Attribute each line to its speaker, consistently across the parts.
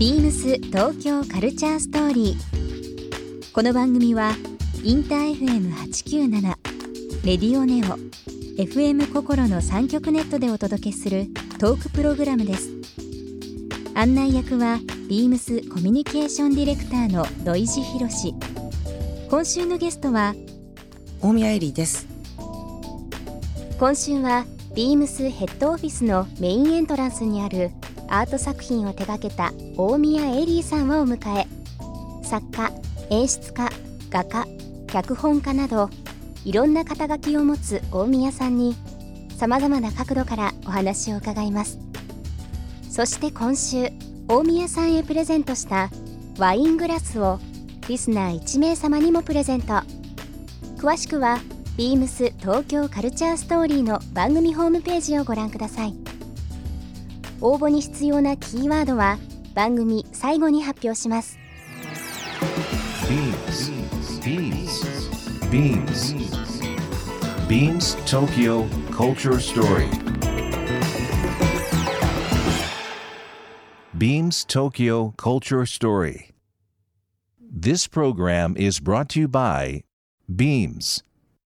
Speaker 1: ビームス東京カルチャーストーリー。この番組はインター FM897 レディオネオ FM 心の3極ネットでお届けするトークプログラムです。案内役はビームスコミュニケーションディレクターの土井博志。今週のゲストは
Speaker 2: 大宮エリーです。
Speaker 1: 今週はビームスヘッドオフィスのメインエントランスにあるアート作品を手掛けた大宮エリーさんをお迎え、作家、演出家、画家、脚本家などいろんな肩書きを持つ大宮さんにさまざまな角度からお話を伺います。そして今週大宮さんへプレゼントしたワイングラスをリスナー1名様にもプレゼント。詳しくはビームス東京カルチャーストーリーの番組ホームページをご覧ください。応募に必要なキーワードは番組最後に発表します。
Speaker 3: Beams Tokyo Culture Story. Beams Tokyo Culture Story. This program is brought to you by Beams.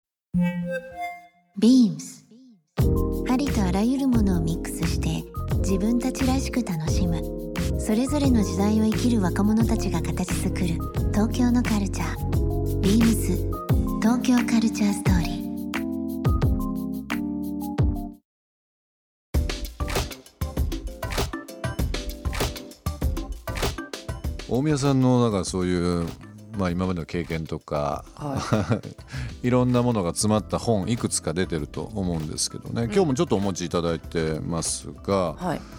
Speaker 4: Beams ありとあらゆるものをミックスして自分たちらしく楽しむ、それぞれの時代を生きる若者たちが形作る東京のカルチャー。 Beams 東京カルチャーストーリー。
Speaker 5: 大宮さんのなんかそういう今までの経験とか、いろんなものが詰まった本いくつか出てると思うんですけどね、今日もちょっとお持ちいただいてますが、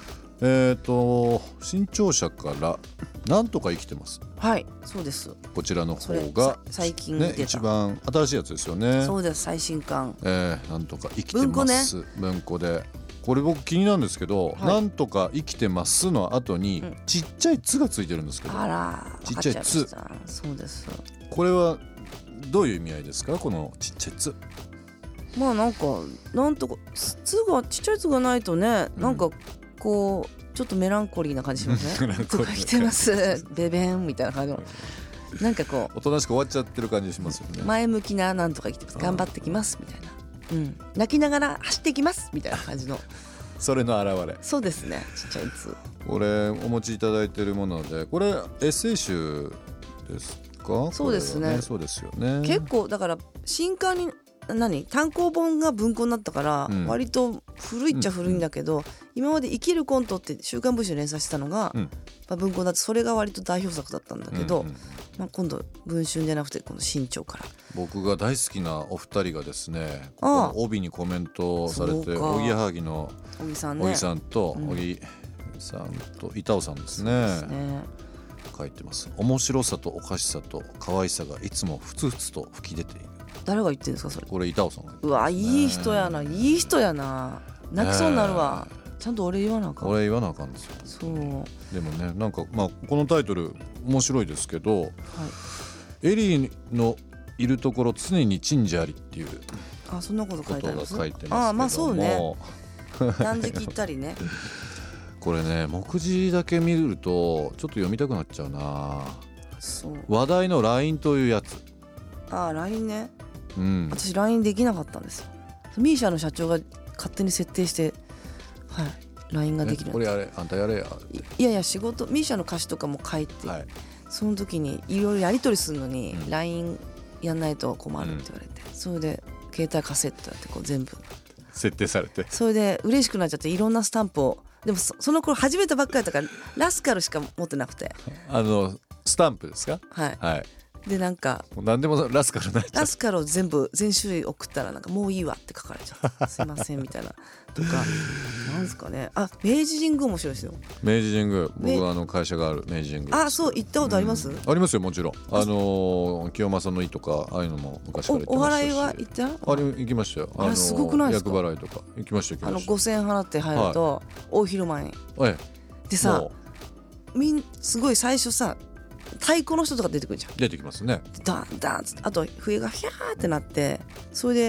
Speaker 5: 新潮社からなんとか生きてます。
Speaker 2: はい、そうです。
Speaker 5: こちらの方が
Speaker 2: 最近出た、
Speaker 5: 一番新しいやつですよね。
Speaker 2: そうです、最新刊。
Speaker 5: なんとか生きてます。文庫でこれ僕気になるんですけど、なんとか生きてますの後にちっちゃいつがついてるんですけど、
Speaker 2: あら、
Speaker 5: ちっちゃいつ。
Speaker 2: そうです。
Speaker 5: これはどういう意味合いですか、このちっちゃいつ。
Speaker 2: なんとかつがちっちゃいつがないとね、なんかこうちょっとメランコリーな感じしますね。とか来てますベベンみたいな感じの、なんかこう
Speaker 5: おとなしく終わっちゃってる感じしますよね。
Speaker 2: 前向きななんとか生きてます、頑張ってきますみたいな、泣きながら走っていきますみたいな感じの
Speaker 5: それの表れ。
Speaker 2: そうですね、ちっちゃいつ。
Speaker 5: これお持ちいただいているもので、これエッセイ集ですか。
Speaker 2: そうですね、
Speaker 5: そうですよね。
Speaker 2: 結構だから新刊に単行本が文庫になったから、割と古いっちゃ古いんだけど、今まで生きるコントって週刊文春連載してたのが、文庫になって、それが割と代表作だったんだけど、今度文春じゃなくてこの新潮から。僕
Speaker 5: が大好きなお二人がですね、ここの帯にコメントされて、おぎやはぎの
Speaker 2: 小木さん
Speaker 5: と小木さんと板尾さんですね。書いてます。面白さとおかしさと可愛さがいつもふつふつと吹き出ている。
Speaker 2: 誰が言ってるんですかそれ。
Speaker 5: これ板尾さんが、
Speaker 2: うわ、いい人やな、いい人やな。泣きそうになるわ、ちゃんと俺言わなあかん。
Speaker 5: 俺言わなあかんですよ。
Speaker 2: そう
Speaker 5: でもね、なんかこのタイトル面白いですけど、エリーのいるところ常に珍事ありっていう
Speaker 2: そんなこと書いてあります。
Speaker 5: 書いてますけども、
Speaker 2: そうね断食行ったりね
Speaker 5: これね、目次だけ見るとちょっと読みたくなっちゃうな。話題の LINE というやつ。
Speaker 2: LINE ね、私 LINE できなかったんですよ。ミーシャの社長が勝手に設定して、LINE ができる。
Speaker 5: これあれ、あんたやれや。
Speaker 2: いや仕事、ミーシャの歌詞とかも書いて、その時にいろいろやり取りするのに、LINE やんないと困るって言われて、それで携帯カセットやって全部
Speaker 5: 設定されて、
Speaker 2: それで嬉しくなっちゃって、いろんなスタンプを。でもその頃始めたばっかりだったからラスカルしか持ってなくて、
Speaker 5: スタンプですか。で
Speaker 2: なんか
Speaker 5: 何でもラスカルになっちゃう。
Speaker 2: ラスカルを全種類送ったら、なんかもういいわって書かれちゃったすいませんみたいなとかなんですかね。明治神宮面白いですよ。
Speaker 5: 明治神宮、僕会社がある明治神宮。
Speaker 2: そう、行ったことあります？
Speaker 5: ありますよ、もちろん。清正の井とかああいうのも昔から行ってましたし。
Speaker 2: お祓いは行った？
Speaker 5: 行きましたよ。
Speaker 2: すごくないですか？
Speaker 5: 厄払いとか行きました。
Speaker 2: 5000円払って入ると、大広間にでさ、すごい最初さ、太鼓の人とか出てくるじゃん。
Speaker 5: 出てきますね。
Speaker 2: ダンダンつって、あと笛がヒャーってなって、それで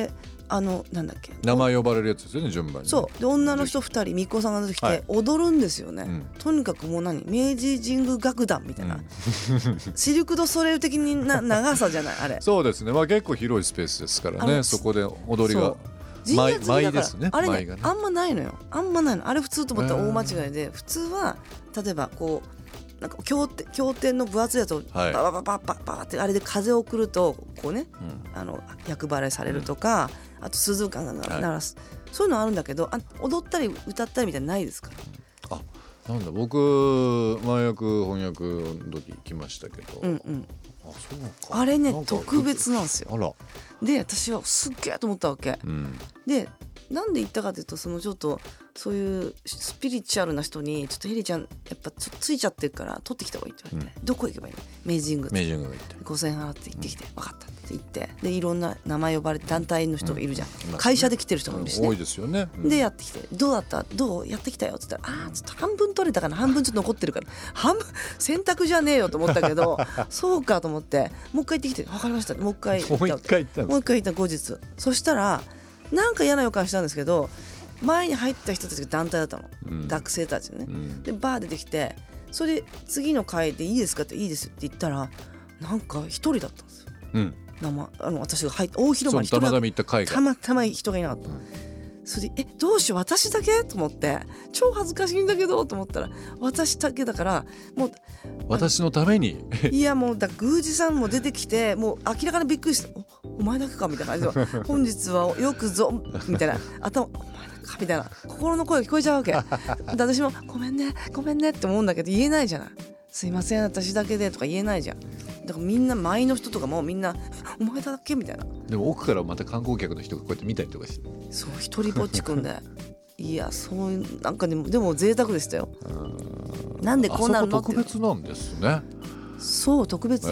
Speaker 2: なんだっけ、
Speaker 5: 名前呼ばれるやつですよね、順番に、ね、
Speaker 2: そうで女の人2人巫女さんが出てきて踊るんですよね、はい、とにかくもう明治神宮楽団みたいな、シルク・ドゥ・ソレイユ的な長さじゃないあれ。
Speaker 5: そうですね、まあ、結構広いスペースですからね、そこで踊りが舞ですね、
Speaker 2: あれね、
Speaker 5: ね
Speaker 2: あんまないのよ、あれ普通と思ったら大間違いで、普通は例えばこうなんか経典の分厚いやつをババババババってあれで風を送るとこうね、厄払いされるとか、あと鈴鹿が鳴らす、そういうのあるんだけど、踊ったり歌ったりみたいなのないですか？
Speaker 5: なんだ、僕前役翻訳の時行きましたけど、そうか、
Speaker 2: あれね特別なんですよ。
Speaker 5: あら、
Speaker 2: で私はすっげえと思ったわけ、でなんで行ったかというと、ちょっとそういうスピリチュアルな人にちょっとヘリちゃんやっぱちょっとついちゃってるから取ってきた方がいいって言われて、どこ行けばいいの？明治神宮
Speaker 5: 行って
Speaker 2: 5000円払って行ってきて、分かったって言って、でいろんな名前呼ばれて団体の人がいるじゃん、会社で来てる人もいるしね、
Speaker 5: 多いですよね、
Speaker 2: でやってきてどうだったどうやってきたよって言ったら、ちょっと半分取れたかな、半分ちょっと残ってるから、半分洗濯じゃねえよと思ったけどそうかと思って、もう一回行ってきて、分かりました、もう一回行った後日、そしたらなんか嫌な予感したんですけど、前に入った人たちが団体だったの、学生たちね、でバー出てきて、それで次の回でいいですかって、いいですって言ったら、なんか一人だったんですよ、私が入って大広間に
Speaker 5: たまたま行った回が
Speaker 2: たまたま人がいなかった、それでどうしよう私だけと思って、超恥ずかしいんだけどと思ったら、私だけだからもう
Speaker 5: 私のために
Speaker 2: いやもう宮司さんも出てきて、もう明らかにびっくりして、お前だけかみたいな感じで本日はよくぞみたいな、頭お前だけかみたいな心の声が聞こえちゃうわけで、私もごめんねって思うんだけど言えないじゃない、すいません私だけでとか言えないじゃん。だからみんな周りの人とかもみんなお前だけみたいな。
Speaker 5: でも奥からまた観光客の人がこうやって見たりとかして、
Speaker 2: そう一人ぼっちくんでいやそういうなんかでも贅沢でしたよ。なんでこんなの
Speaker 5: あそこ特別なんですね。
Speaker 2: そう特別です、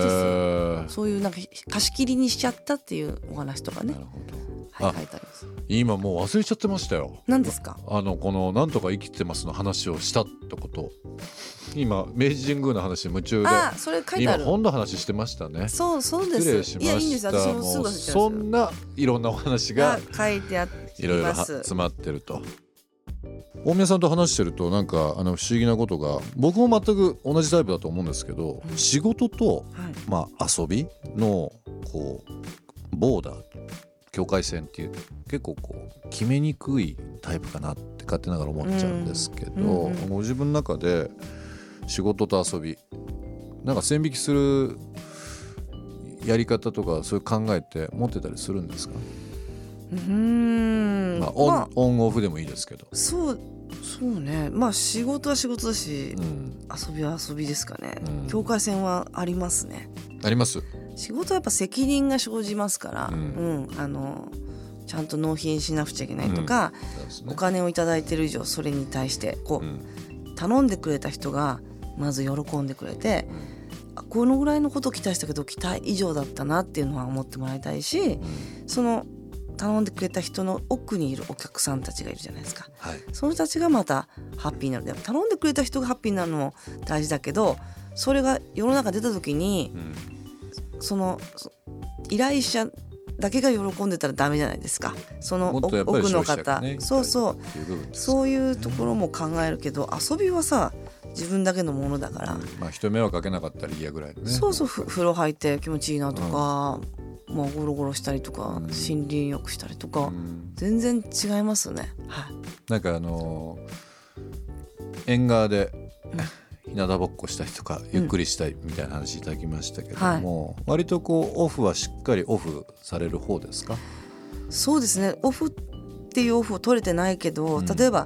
Speaker 2: そういうなんか貸し切りにしちゃったっていうお話とかね。なるほど、はい、書いてあります。
Speaker 5: 今もう忘れちゃってましたよ。
Speaker 2: 何ですか？
Speaker 5: このなんとか生きてますの話をしたってこと。今明治神宮の話夢中で、
Speaker 2: それ書いてある。
Speaker 5: 今本の話してましたね。
Speaker 2: そうです。
Speaker 5: 失礼しました。いやいいんです。
Speaker 2: 私もすぐ忘れちゃうんですよ。
Speaker 5: そんないろんなお話が
Speaker 2: 書いてあります。いろいろ
Speaker 5: 詰まってると。大宮さんと話してるとなんか不思議なことが、僕も全く同じタイプだと思うんですけど、仕事と、遊びのこうボーダー境界線っていう結構こう決めにくいタイプかなって勝手ながら思っちゃうんですけど、ご自分の中で仕事と遊びなんか線引きするやり方とかそういう考えって持ってたりするんですか？オンオフでもいいですけど。そう
Speaker 2: ね、仕事は仕事だし、遊びは遊びですかね、境界線はありますね。
Speaker 5: あります。
Speaker 2: 仕事はやっぱ責任が生じますから、ちゃんと納品しなくちゃいけないとか、お金をいただいてる以上それに対して頼んでくれた人がまず喜んでくれて、このぐらいのことを期待したけど期待以上だったなっていうのは思ってもらいたいし、その頼んでくれた人の奥にいるお客さんたちがいるじゃないですか、その人たちがまたハッピーになる。頼んでくれた人がハッピーになるのも大事だけど、それが世の中出た時に、その依頼者だけが喜んでたらダメじゃないですか。その奥の方、そういうところも考えるけど、遊びはさ自分だけのものだから、
Speaker 5: 人目はかけなかったら嫌ぐらいでね。
Speaker 2: 風呂入って気持ちいいなとか、ゴロゴロしたりとか、森林浴したりとか、全然違いますね。
Speaker 5: なんか縁側で日向ぼっこしたりとかゆっくりしたいみたいな話いただきましたけども、割とオフはしっかりオフされる方ですか？
Speaker 2: そうですね、オフっていうオフを取れてないけど、例えば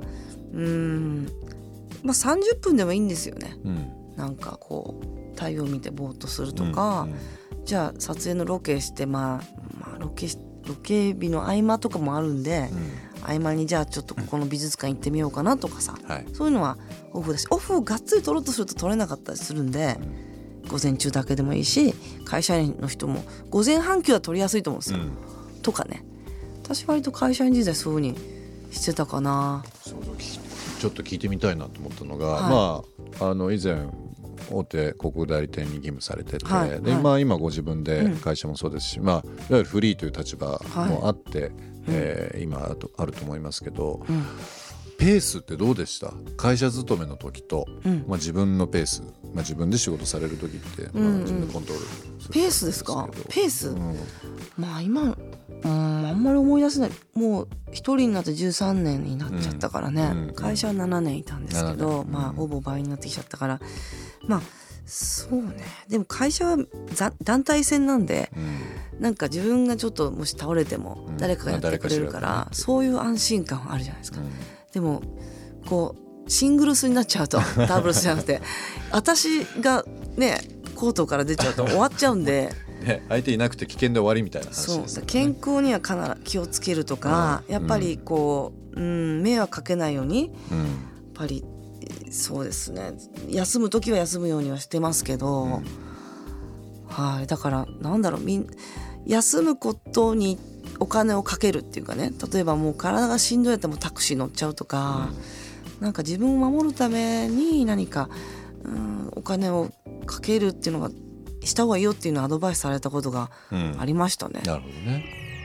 Speaker 2: 30分でもいいんですよね、なんかこう太陽見てぼーっとするとか、じゃあ撮影のロケして、ロケ日の合間とかもあるんで、合間にじゃあちょっとここの美術館行ってみようかなとかさ、そういうのはオフだし、オフをがっつり取ろうとすると取れなかったりするんで、午前中だけでもいいし、会社員の人も午前半休は取りやすいと思うんですよ、とかね。私割と会社員時代そういう風にしてたかな。
Speaker 5: ちょっと聞いてみたいなと思ったのが、以前大手広告代理店に勤務されてて、で今ご自分で会社もそうですし、いわゆるフリーという立場もあって、 今あると思いますけど、ペースってどうでした？会社勤めの時と、自分のペース、自分で仕事される時って、自分でコントロールする
Speaker 2: ペースですか？ペース、今あんまり思い出せない。もう一人になって13年になっちゃったからね、会社は7年いたんですけど、ほぼ倍になってきちゃったから、そうね。でも会社は団体戦なんで、なんか自分がちょっともし倒れても誰かがやってくれるから、そういう安心感はあるじゃないですか。でもこうシングルスになっちゃうとダブルスじゃなくて私がねコートから出ちゃうと終わっちゃうんで
Speaker 5: 相手いなくて危険で終わりみたいな話ですね。
Speaker 2: そう、健康には必ず気をつけるとか、やっぱりこう、迷惑かけないように、やっぱりそうですね、休む時は休むようにはしてますけど、だからなんだろう、休むことにお金をかけるっていうかね、例えばもう体がしんどいやったらもうタクシー乗っちゃうとか、なんか自分を守るために何か、お金をかけるっていうのがした方がいいよっていうのをアドバイスされたことがありましたね。
Speaker 5: なるほどね。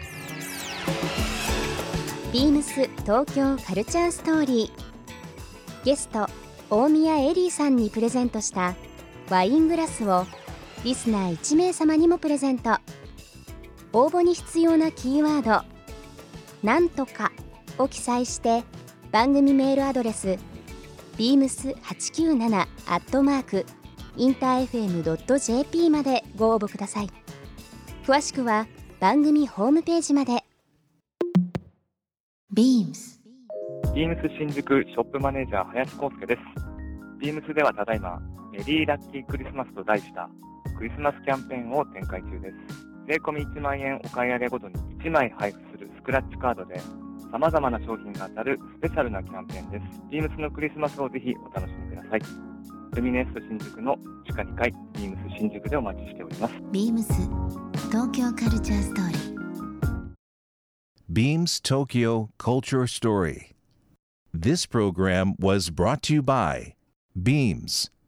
Speaker 1: ビームス東京カルチャーストーリー、ゲスト大宮エリーさんにプレゼントしたワイングラスをリスナー1名様にもプレゼント。応募に必要なキーワードなんとかを記載して番組メールアドレス beams897@interfm.jp までご応募ください。詳しくは番組ホームページまで。
Speaker 4: BEAMS
Speaker 6: 新宿ショップマネージャー林康介です。BEAMS ではただいまメリーラッキークリスマスと題したクリスマスキャンペーンを展開中です。税込み1万円お買い上げごとに1枚配布するスクラッチカードで様々な商品が当たるスペシャルなキャンペーンです。BEAMS のクリスマスをぜひお楽しみください。ルミネスト新宿の地下2階 BEAMS 新宿でお待ちしております。
Speaker 4: BEAMS 東京カルチャーストーリー。
Speaker 3: Beams Tokyo Culture Story. This program was brought to you by Beams.